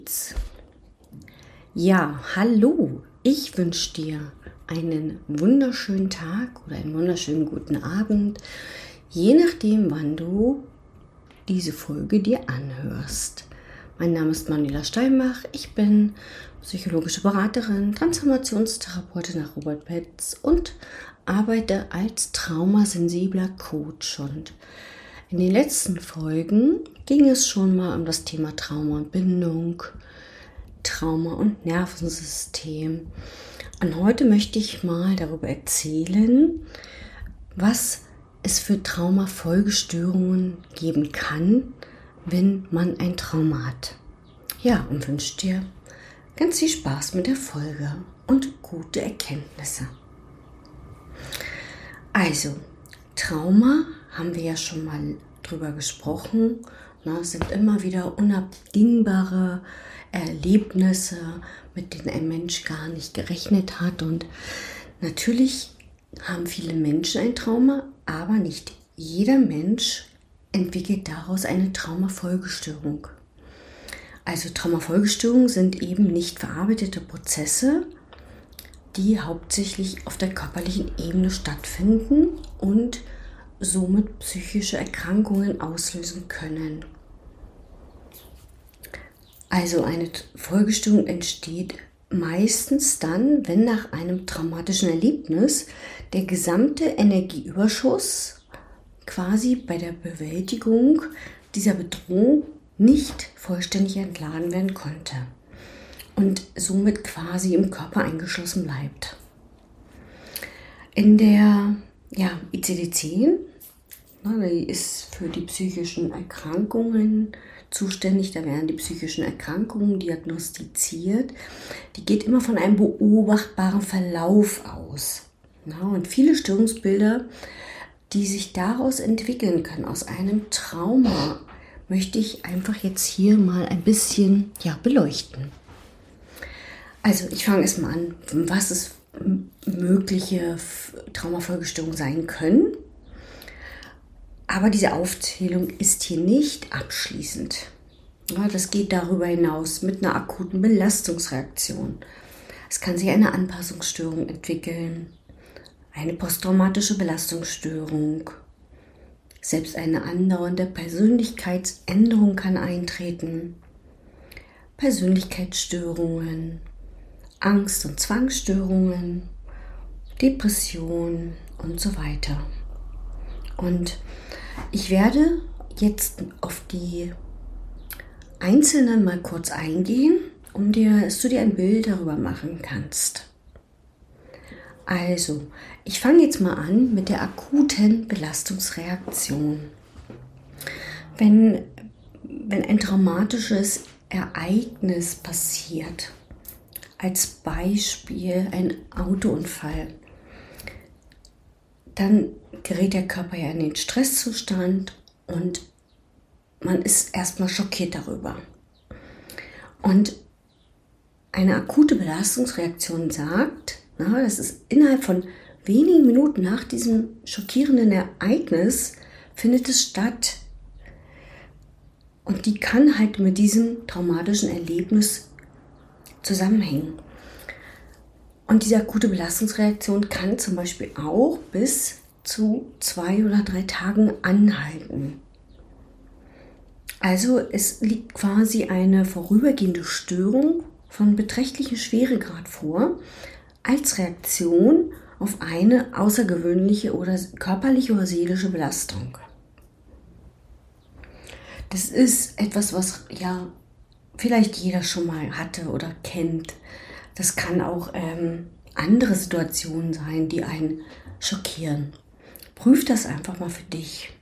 Ja, hallo, ich wünsche dir einen wunderschönen Tag oder einen wunderschönen guten Abend, je nachdem, wann du diese Folge dir anhörst. Mein Name ist Manuela Steinbach, ich bin psychologische Beraterin, Transformationstherapeutin nach Robert Petz und arbeite als traumasensibler Coach. Und in den letzten Folgen ging es schon mal um das Thema Trauma und Bindung, Trauma und Nervensystem. Und heute möchte ich mal darüber erzählen, was es für Traumafolgestörungen geben kann, wenn man ein Trauma hat. Ja, und wünsche dir ganz viel Spaß mit der Folge und gute Erkenntnisse. Also, Trauma haben wir ja schon mal drüber gesprochen. Es sind immer wieder unabdingbare Erlebnisse, mit denen ein Mensch gar nicht gerechnet hat. Und natürlich haben viele Menschen ein Trauma, aber nicht jeder Mensch entwickelt daraus eine Traumafolgestörung. Also Traumafolgestörungen sind eben nicht verarbeitete Prozesse, die hauptsächlich auf der körperlichen Ebene stattfinden und somit psychische Erkrankungen auslösen können. Also eine Folgestörung entsteht meistens dann, wenn nach einem traumatischen Erlebnis der gesamte Energieüberschuss quasi bei der Bewältigung dieser Bedrohung nicht vollständig entladen werden konnte und somit quasi im Körper eingeschlossen bleibt. In der ICD-10, die ist für die psychischen Erkrankungen zuständig, da werden die psychischen Erkrankungen diagnostiziert. Die geht immer von einem beobachtbaren Verlauf aus. Und viele Störungsbilder, die sich daraus entwickeln können, aus einem Trauma, möchte ich einfach jetzt hier mal ein bisschen beleuchten. Also ich fange erstmal an, was es mögliche Traumafolgestörungen sein können. Aber diese Aufzählung ist hier nicht abschließend. Das geht darüber hinaus mit einer akuten Belastungsreaktion. Es kann sich eine Anpassungsstörung entwickeln, eine posttraumatische Belastungsstörung. Selbst eine andauernde Persönlichkeitsänderung kann eintreten. Persönlichkeitsstörungen, Angst- und Zwangsstörungen, Depression und so weiter. Und ich werde jetzt auf die einzelnen mal kurz eingehen, dass du dir ein Bild darüber machen kannst. Also, ich fange jetzt mal an mit der akuten Belastungsreaktion. Wenn ein traumatisches Ereignis passiert, als Beispiel ein Autounfall, dann gerät der Körper ja in den Stresszustand und man ist erstmal schockiert darüber. Und eine akute Belastungsreaktion sagt, das ist innerhalb von wenigen Minuten nach diesem schockierenden Ereignis findet es statt. Und die kann halt mit diesem traumatischen Erlebnis zusammenhängen. Und diese akute Belastungsreaktion kann zum Beispiel auch bis zu 2 oder 3 Tagen anhalten. Also es liegt quasi eine vorübergehende Störung von beträchtlichem Schweregrad vor, als Reaktion auf eine außergewöhnliche oder körperliche oder seelische Belastung. Das ist etwas, was vielleicht jeder schon mal hatte oder kennt. Das kann auch andere Situationen sein, die einen schockieren. Prüf das einfach mal für dich.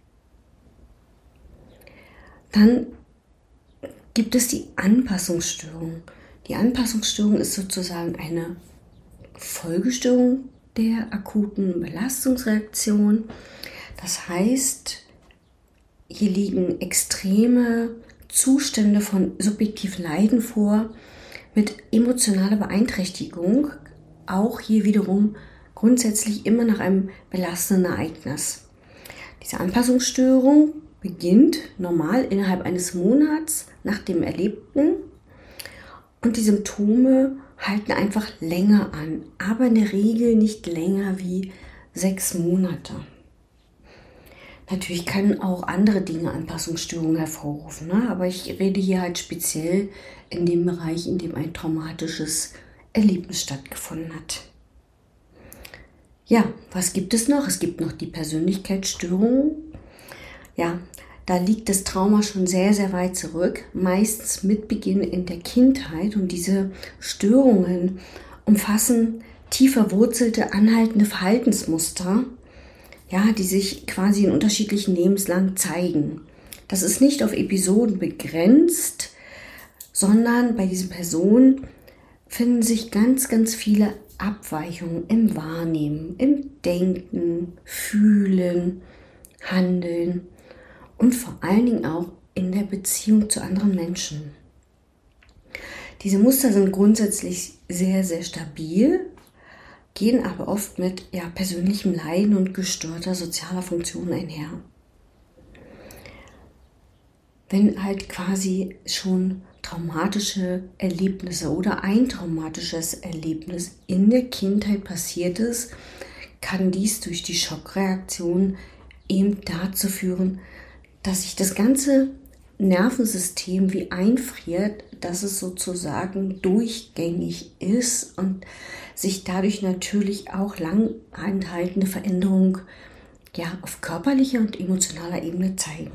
Dann gibt es die Anpassungsstörung. Die Anpassungsstörung ist sozusagen eine Folgestörung der akuten Belastungsreaktion. Das heißt, hier liegen extreme Zustände von subjektivem Leiden vor, mit emotionaler Beeinträchtigung, auch hier wiederum grundsätzlich immer nach einem belastenden Ereignis. Diese Anpassungsstörung beginnt normal innerhalb eines Monats nach dem Erlebten und die Symptome halten einfach länger an, aber in der Regel nicht länger wie 6 Monate. Natürlich können auch andere Dinge Anpassungsstörungen hervorrufen, ne? Aber ich rede hier halt speziell in dem Bereich, in dem ein traumatisches Erlebnis stattgefunden hat. Ja, was gibt es noch? Es gibt noch die Persönlichkeitsstörungen. Ja, da liegt das Trauma schon sehr, sehr weit zurück, meistens mit Beginn in der Kindheit. Und diese Störungen umfassen tief verwurzelte, anhaltende Verhaltensmuster, ja, die sich quasi in unterschiedlichen Lebenslagen zeigen. Das ist nicht auf Episoden begrenzt, sondern bei diesen Personen finden sich ganz, ganz viele Abweichungen im Wahrnehmen, im Denken, Fühlen, Handeln und vor allen Dingen auch in der Beziehung zu anderen Menschen. Diese Muster sind grundsätzlich sehr, sehr stabil, gehen aber oft mit persönlichem Leiden und gestörter sozialer Funktion einher. Wenn halt quasi schon traumatische Erlebnisse oder ein traumatisches Erlebnis in der Kindheit passiert ist, kann dies durch die Schockreaktion eben dazu führen, dass sich das ganze Nervensystem wie einfriert, dass es sozusagen durchgängig ist und sich dadurch natürlich auch lang anhaltende Veränderungen auf körperlicher und emotionaler Ebene zeigen.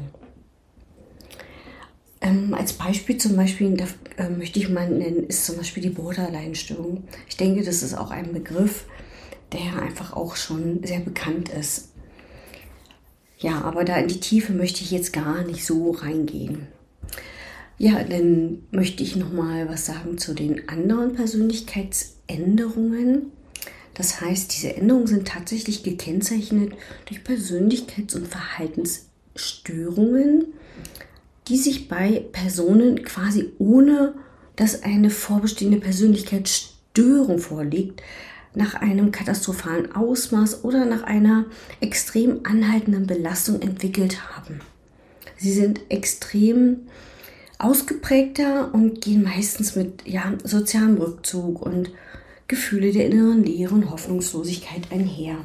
Als Beispiel möchte ich mal nennen, ist zum Beispiel die Borderline-Störung. Ich denke, das ist auch ein Begriff, der einfach auch schon sehr bekannt ist. Ja, aber da in die Tiefe möchte ich jetzt gar nicht so reingehen. Ja, dann möchte ich noch mal was sagen zu den anderen Persönlichkeitsänderungen. Das heißt, diese Änderungen sind tatsächlich gekennzeichnet durch Persönlichkeits- und Verhaltensstörungen, die sich bei Personen quasi ohne, dass eine vorbestehende Persönlichkeitsstörung vorliegt, nach einem katastrophalen Ausmaß oder nach einer extrem anhaltenden Belastung entwickelt haben. Sie sind extrem ausgeprägter und gehen meistens mit sozialem Rückzug und Gefühle der inneren Leere und Hoffnungslosigkeit einher.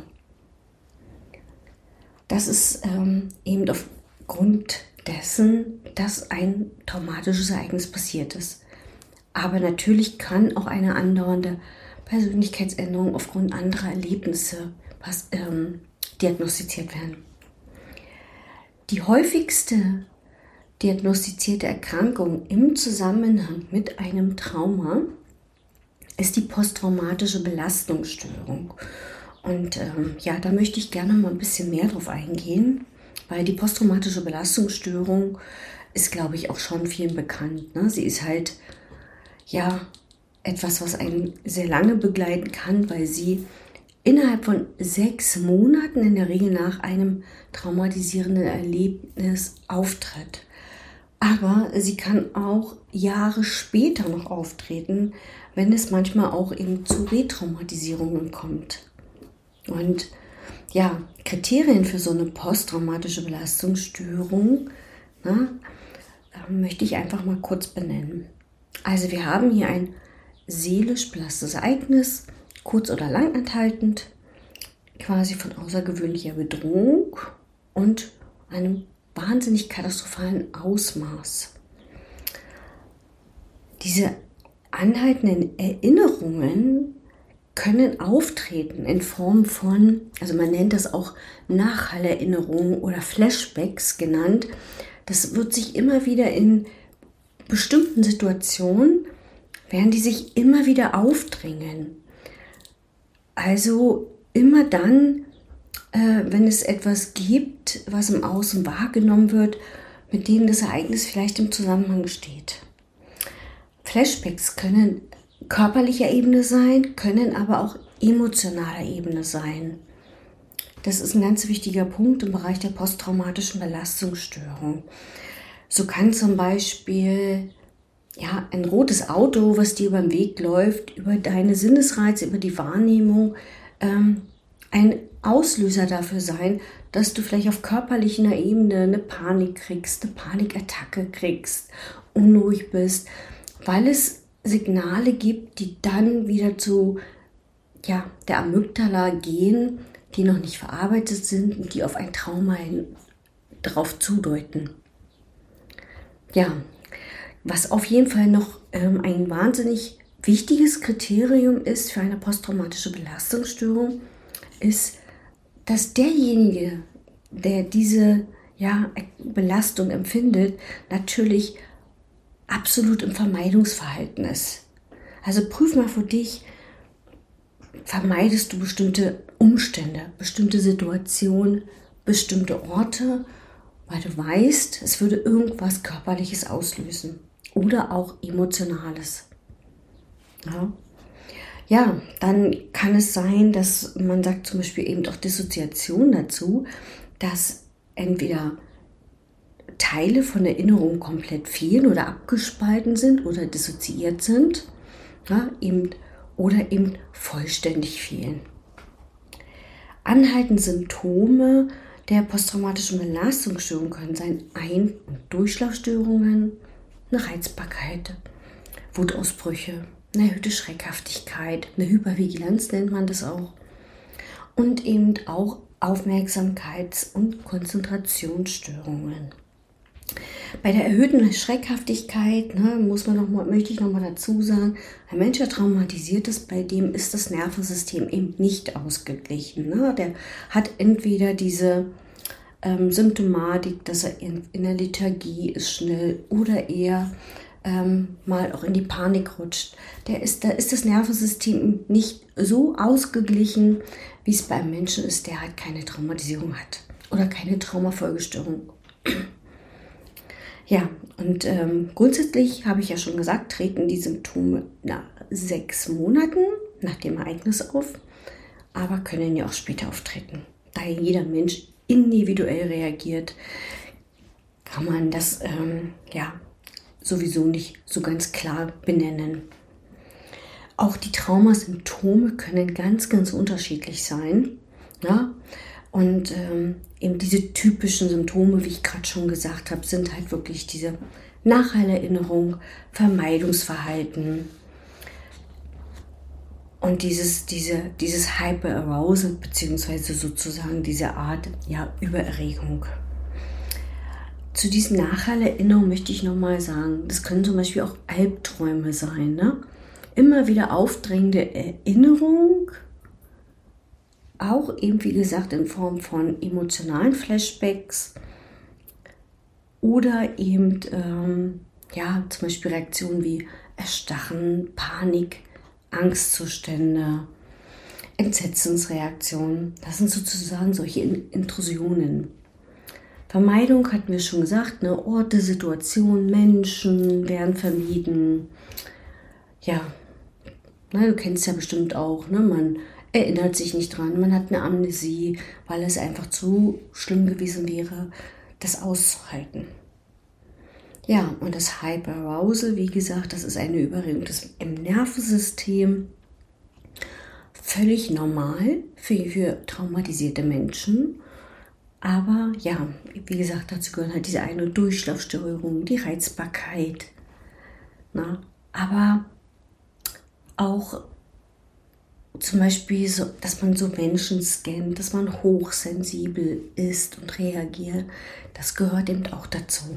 Das ist eben aufgrund dessen, dass ein traumatisches Ereignis passiert ist. Aber natürlich kann auch eine andauernde Persönlichkeitsänderung aufgrund anderer Erlebnisse diagnostiziert werden. Die häufigste diagnostizierte Erkrankung im Zusammenhang mit einem Trauma ist die posttraumatische Belastungsstörung. Und da möchte ich gerne mal ein bisschen mehr drauf eingehen, weil die posttraumatische Belastungsstörung ist, glaube ich, auch schon vielen bekannt. Ne? Sie ist halt etwas, was einen sehr lange begleiten kann, weil sie innerhalb von 6 Monaten in der Regel nach einem traumatisierenden Erlebnis auftritt. Aber sie kann auch Jahre später noch auftreten, wenn es manchmal auch eben zu Retraumatisierungen kommt. Und Kriterien für so eine posttraumatische Belastungsstörung möchte ich einfach mal kurz benennen. Also wir haben hier ein seelisch-belassendes Ereignis, kurz- oder langanhaltend, quasi von außergewöhnlicher Bedrohung und einem wahnsinnig katastrophalen Ausmaß. Diese anhaltenden Erinnerungen können auftreten in Form von, also man nennt das auch Nachhallerinnerungen oder Flashbacks genannt. Das wird sich immer wieder in bestimmten Situationen, werden die sich immer wieder aufdrängen. Also immer dann, wenn es etwas gibt, was im Außen wahrgenommen wird, mit dem das Ereignis vielleicht im Zusammenhang steht. Flashbacks können körperlicher Ebene sein, können aber auch emotionaler Ebene sein. Das ist ein ganz wichtiger Punkt im Bereich der posttraumatischen Belastungsstörung. So kann zum Beispiel ein rotes Auto, was dir über den Weg läuft, über deine Sinnesreize, über die Wahrnehmung, ein Auslöser dafür sein, dass du vielleicht auf körperlicher Ebene eine Panik kriegst, eine Panikattacke kriegst, unruhig bist, weil es Signale gibt, die dann wieder zu der Amygdala gehen, die noch nicht verarbeitet sind und die auf ein Trauma drauf zudeuten. Ja, was auf jeden Fall noch ein wahnsinnig wichtiges Kriterium ist für eine posttraumatische Belastungsstörung, ist, dass derjenige, der diese Belastung empfindet, natürlich absolut im Vermeidungsverhalten ist. Also prüf mal für dich, vermeidest du bestimmte Umstände, bestimmte Situationen, bestimmte Orte, weil du weißt, es würde irgendwas Körperliches auslösen oder auch Emotionales. Ja, dann kann es sein, dass man sagt zum Beispiel eben auch Dissoziation dazu, dass entweder Teile von Erinnerungen komplett fehlen oder abgespalten sind oder dissoziiert sind, oder eben vollständig fehlen. Anhaltende Symptome der posttraumatischen Belastungsstörung können sein Ein- und Durchschlafstörungen, eine Reizbarkeit, Wutausbrüche, eine erhöhte Schreckhaftigkeit, eine Hypervigilanz nennt man das auch, und eben auch Aufmerksamkeits- und Konzentrationsstörungen. Bei der erhöhten Schreckhaftigkeit möchte ich nochmal dazu sagen, ein Mensch, der traumatisiert ist, bei dem ist das Nervensystem eben nicht ausgeglichen. Der hat entweder diese Symptomatik, dass er in der Lethargie ist schnell oder eher mal auch in die Panik rutscht. Da ist das Nervensystem nicht so ausgeglichen, wie es bei einem Menschen ist, der halt keine Traumatisierung hat oder keine Traumafolgestörung. Ja, und grundsätzlich habe ich ja schon gesagt, treten die Symptome nach 6 Monaten nach dem Ereignis auf, aber können ja auch später auftreten. Da jeder Mensch individuell reagiert, kann man das sowieso nicht so ganz klar benennen. Auch die Traumasymptome können ganz, ganz unterschiedlich sein. Ja? Und eben diese typischen Symptome, wie ich gerade schon gesagt habe, sind halt wirklich diese Nachheilerinnerung, Vermeidungsverhalten und dieses Hyperarousal, beziehungsweise sozusagen diese Art Übererregung. Zu diesen Nachheilerinnerungen möchte ich nochmal sagen, das können zum Beispiel auch Albträume sein. Ne? Immer wieder aufdrängende Erinnerung, auch eben wie gesagt in Form von emotionalen Flashbacks oder eben zum Beispiel Reaktionen wie Erstarren, Panik, Angstzustände, Entsetzensreaktionen. Das sind sozusagen solche Intrusionen. Vermeidung hatten wir schon gesagt, Orte, Situationen, Menschen werden vermieden. Ja, du kennst ja bestimmt auch, man erinnert sich nicht dran, man hat eine Amnesie, weil es einfach zu schlimm gewesen wäre, das auszuhalten. Ja, und das Hyperarousal, wie gesagt, das ist eine Überregung im Nervensystem. Völlig normal für traumatisierte Menschen. Aber ja, wie gesagt, dazu gehören halt diese Ein- und Durchschlafstörungen, die Reizbarkeit. Aber auch zum Beispiel, so, dass man so Menschen scannt, dass man hochsensibel ist und reagiert, das gehört eben auch dazu.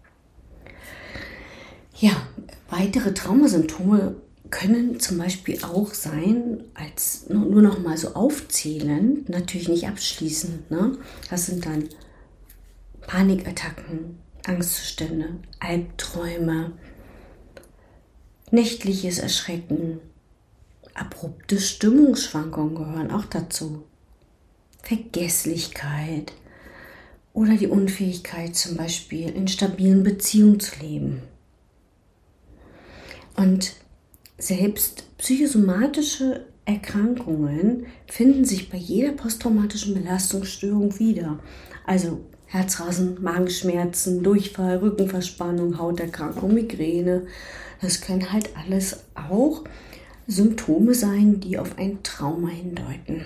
Ja, weitere Traumasymptome können zum Beispiel auch sein, als nur noch mal so aufzählen, natürlich nicht abschließend. Das sind dann Panikattacken, Angstzustände, Albträume, nächtliches Erschrecken, abrupte Stimmungsschwankungen gehören auch dazu. Vergesslichkeit oder die Unfähigkeit zum Beispiel in stabilen Beziehungen zu leben. Und selbst psychosomatische Erkrankungen finden sich bei jeder posttraumatischen Belastungsstörung wieder. Also Herzrasen, Magenschmerzen, Durchfall, Rückenverspannung, Hauterkrankung, Migräne. Das können halt alles auch Symptome sein, die auf ein Trauma hindeuten.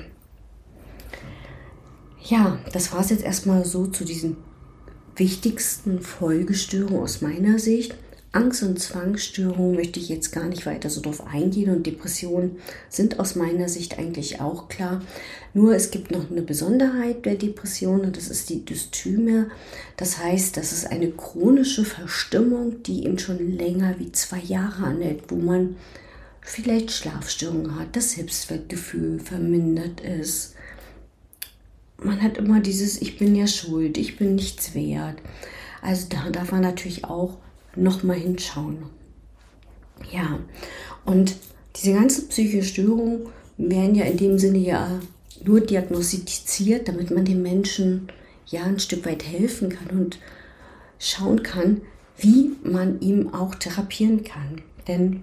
Ja, das war es jetzt erstmal so zu diesen wichtigsten Folgestörungen aus meiner Sicht. Angst- und Zwangsstörungen möchte ich jetzt gar nicht weiter so drauf eingehen, und Depressionen sind aus meiner Sicht eigentlich auch klar. Nur es gibt noch eine Besonderheit der Depression, und das ist die Dysthymie. Das heißt, das ist eine chronische Verstimmung, die eben schon länger wie 2 Jahre anhält, wo man vielleicht Schlafstörungen hat, das Selbstwertgefühl vermindert ist. Man hat immer dieses Ich bin ja schuld, ich bin nichts wert. Also da darf man natürlich auch nochmal hinschauen. Ja, und diese ganzen psychischen Störungen werden ja in dem Sinne ja nur diagnostiziert, damit man den Menschen ja ein Stück weit helfen kann und schauen kann, wie man ihm auch therapieren kann. Denn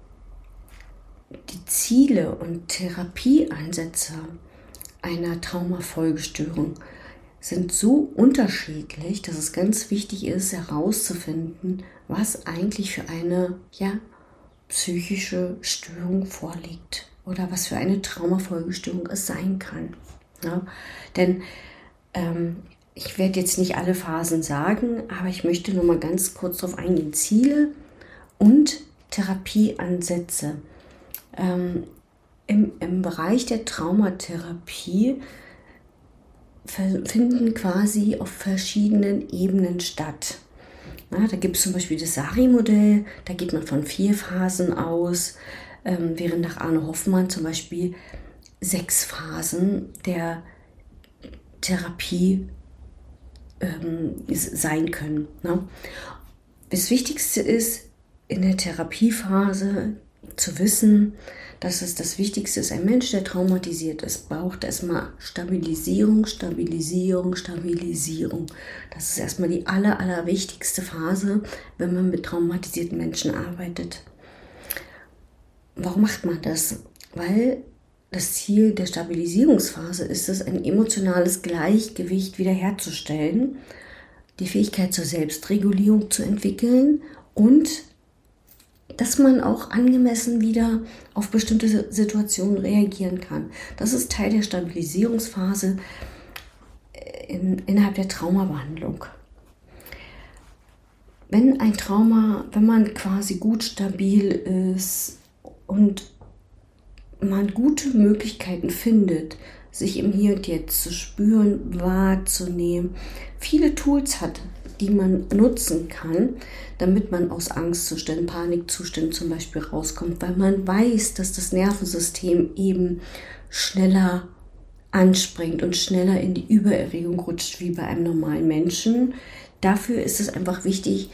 die Ziele und Therapieansätze einer Traumafolgestörung sind so unterschiedlich, dass es ganz wichtig ist, herauszufinden, was eigentlich für eine psychische Störung vorliegt oder was für eine Traumafolgestörung es sein kann. Ja? Denn ich werde jetzt nicht alle Phasen sagen, aber ich möchte nur mal ganz kurz darauf eingehen. Ziele und Therapieansätze. Im Bereich der Traumatherapie finden quasi auf verschiedenen Ebenen statt. Ja, da gibt es zum Beispiel das SARI-Modell, da geht man von 4 Phasen aus, während nach Arno Hoffmann zum Beispiel 6 Phasen der Therapie sein können. Ne? Das Wichtigste ist in der Therapiephase zu wissen, dass es das Wichtigste ist. Ein Mensch, der traumatisiert ist, braucht erstmal Stabilisierung. Das ist erstmal die allerwichtigste Phase, wenn man mit traumatisierten Menschen arbeitet. Warum macht man das? Weil das Ziel der Stabilisierungsphase ist es, ein emotionales Gleichgewicht wiederherzustellen, die Fähigkeit zur Selbstregulierung zu entwickeln und dass man auch angemessen wieder auf bestimmte Situationen reagieren kann. Das ist Teil der Stabilisierungsphase innerhalb der Traumabehandlung. Wenn man quasi gut stabil ist und man gute Möglichkeiten findet, sich im Hier und Jetzt zu spüren, wahrzunehmen, viele Tools hat, die man nutzen kann, damit man aus Angstzuständen, Panikzuständen zum Beispiel rauskommt, weil man weiß, dass das Nervensystem eben schneller anspringt und schneller in die Übererregung rutscht wie bei einem normalen Menschen. Dafür ist es einfach wichtig,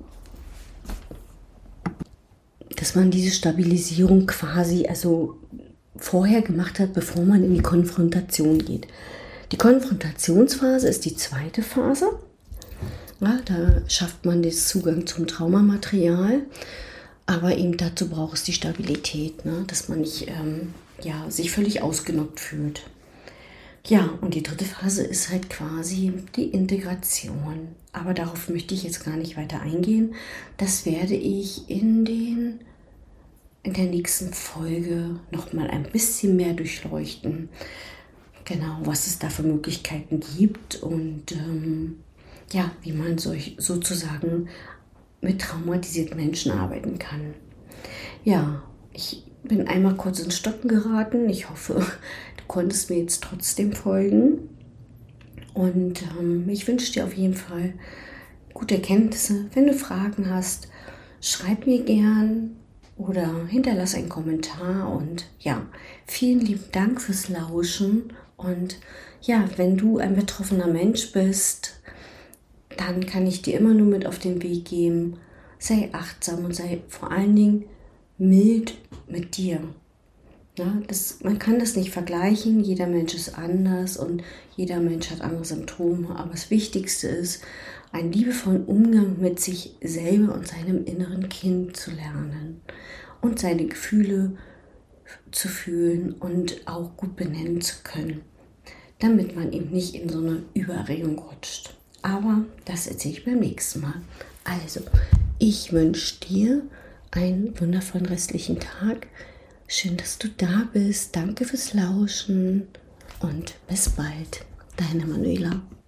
dass man diese Stabilisierung quasi vorher gemacht hat, bevor man in die Konfrontation geht. Die Konfrontationsphase ist die 2. Phase. Ja, da schafft man den Zugang zum Traumamaterial, aber eben dazu braucht es die Stabilität, ne? Dass man nicht sich völlig ausgenockt fühlt. Ja, und die 3. Phase ist halt quasi die Integration. Aber darauf möchte ich jetzt gar nicht weiter eingehen. Das werde ich in der nächsten Folge nochmal ein bisschen mehr durchleuchten. Genau, was es da für Möglichkeiten gibt und wie man sozusagen mit traumatisierten Menschen arbeiten kann. Ja, ich bin einmal kurz ins Stocken geraten. Ich hoffe, du konntest mir jetzt trotzdem folgen. Und ich wünsche dir auf jeden Fall gute Erkenntnisse. Wenn du Fragen hast, schreib mir gern oder hinterlass einen Kommentar. Und ja, vielen lieben Dank fürs Lauschen. Und ja, wenn du ein betroffener Mensch bist, dann kann ich dir immer nur mit auf den Weg geben, sei achtsam und sei vor allen Dingen mild mit dir. Ja, man kann das nicht vergleichen, jeder Mensch ist anders und jeder Mensch hat andere Symptome, aber das Wichtigste ist, einen liebevollen Umgang mit sich selber und seinem inneren Kind zu lernen und seine Gefühle zu fühlen und auch gut benennen zu können, damit man eben nicht in so eine Übererregung rutscht. Aber das erzähle ich beim nächsten Mal. Also, ich wünsche dir einen wundervollen restlichen Tag. Schön, dass du da bist. Danke fürs Lauschen und bis bald. Deine Manuela.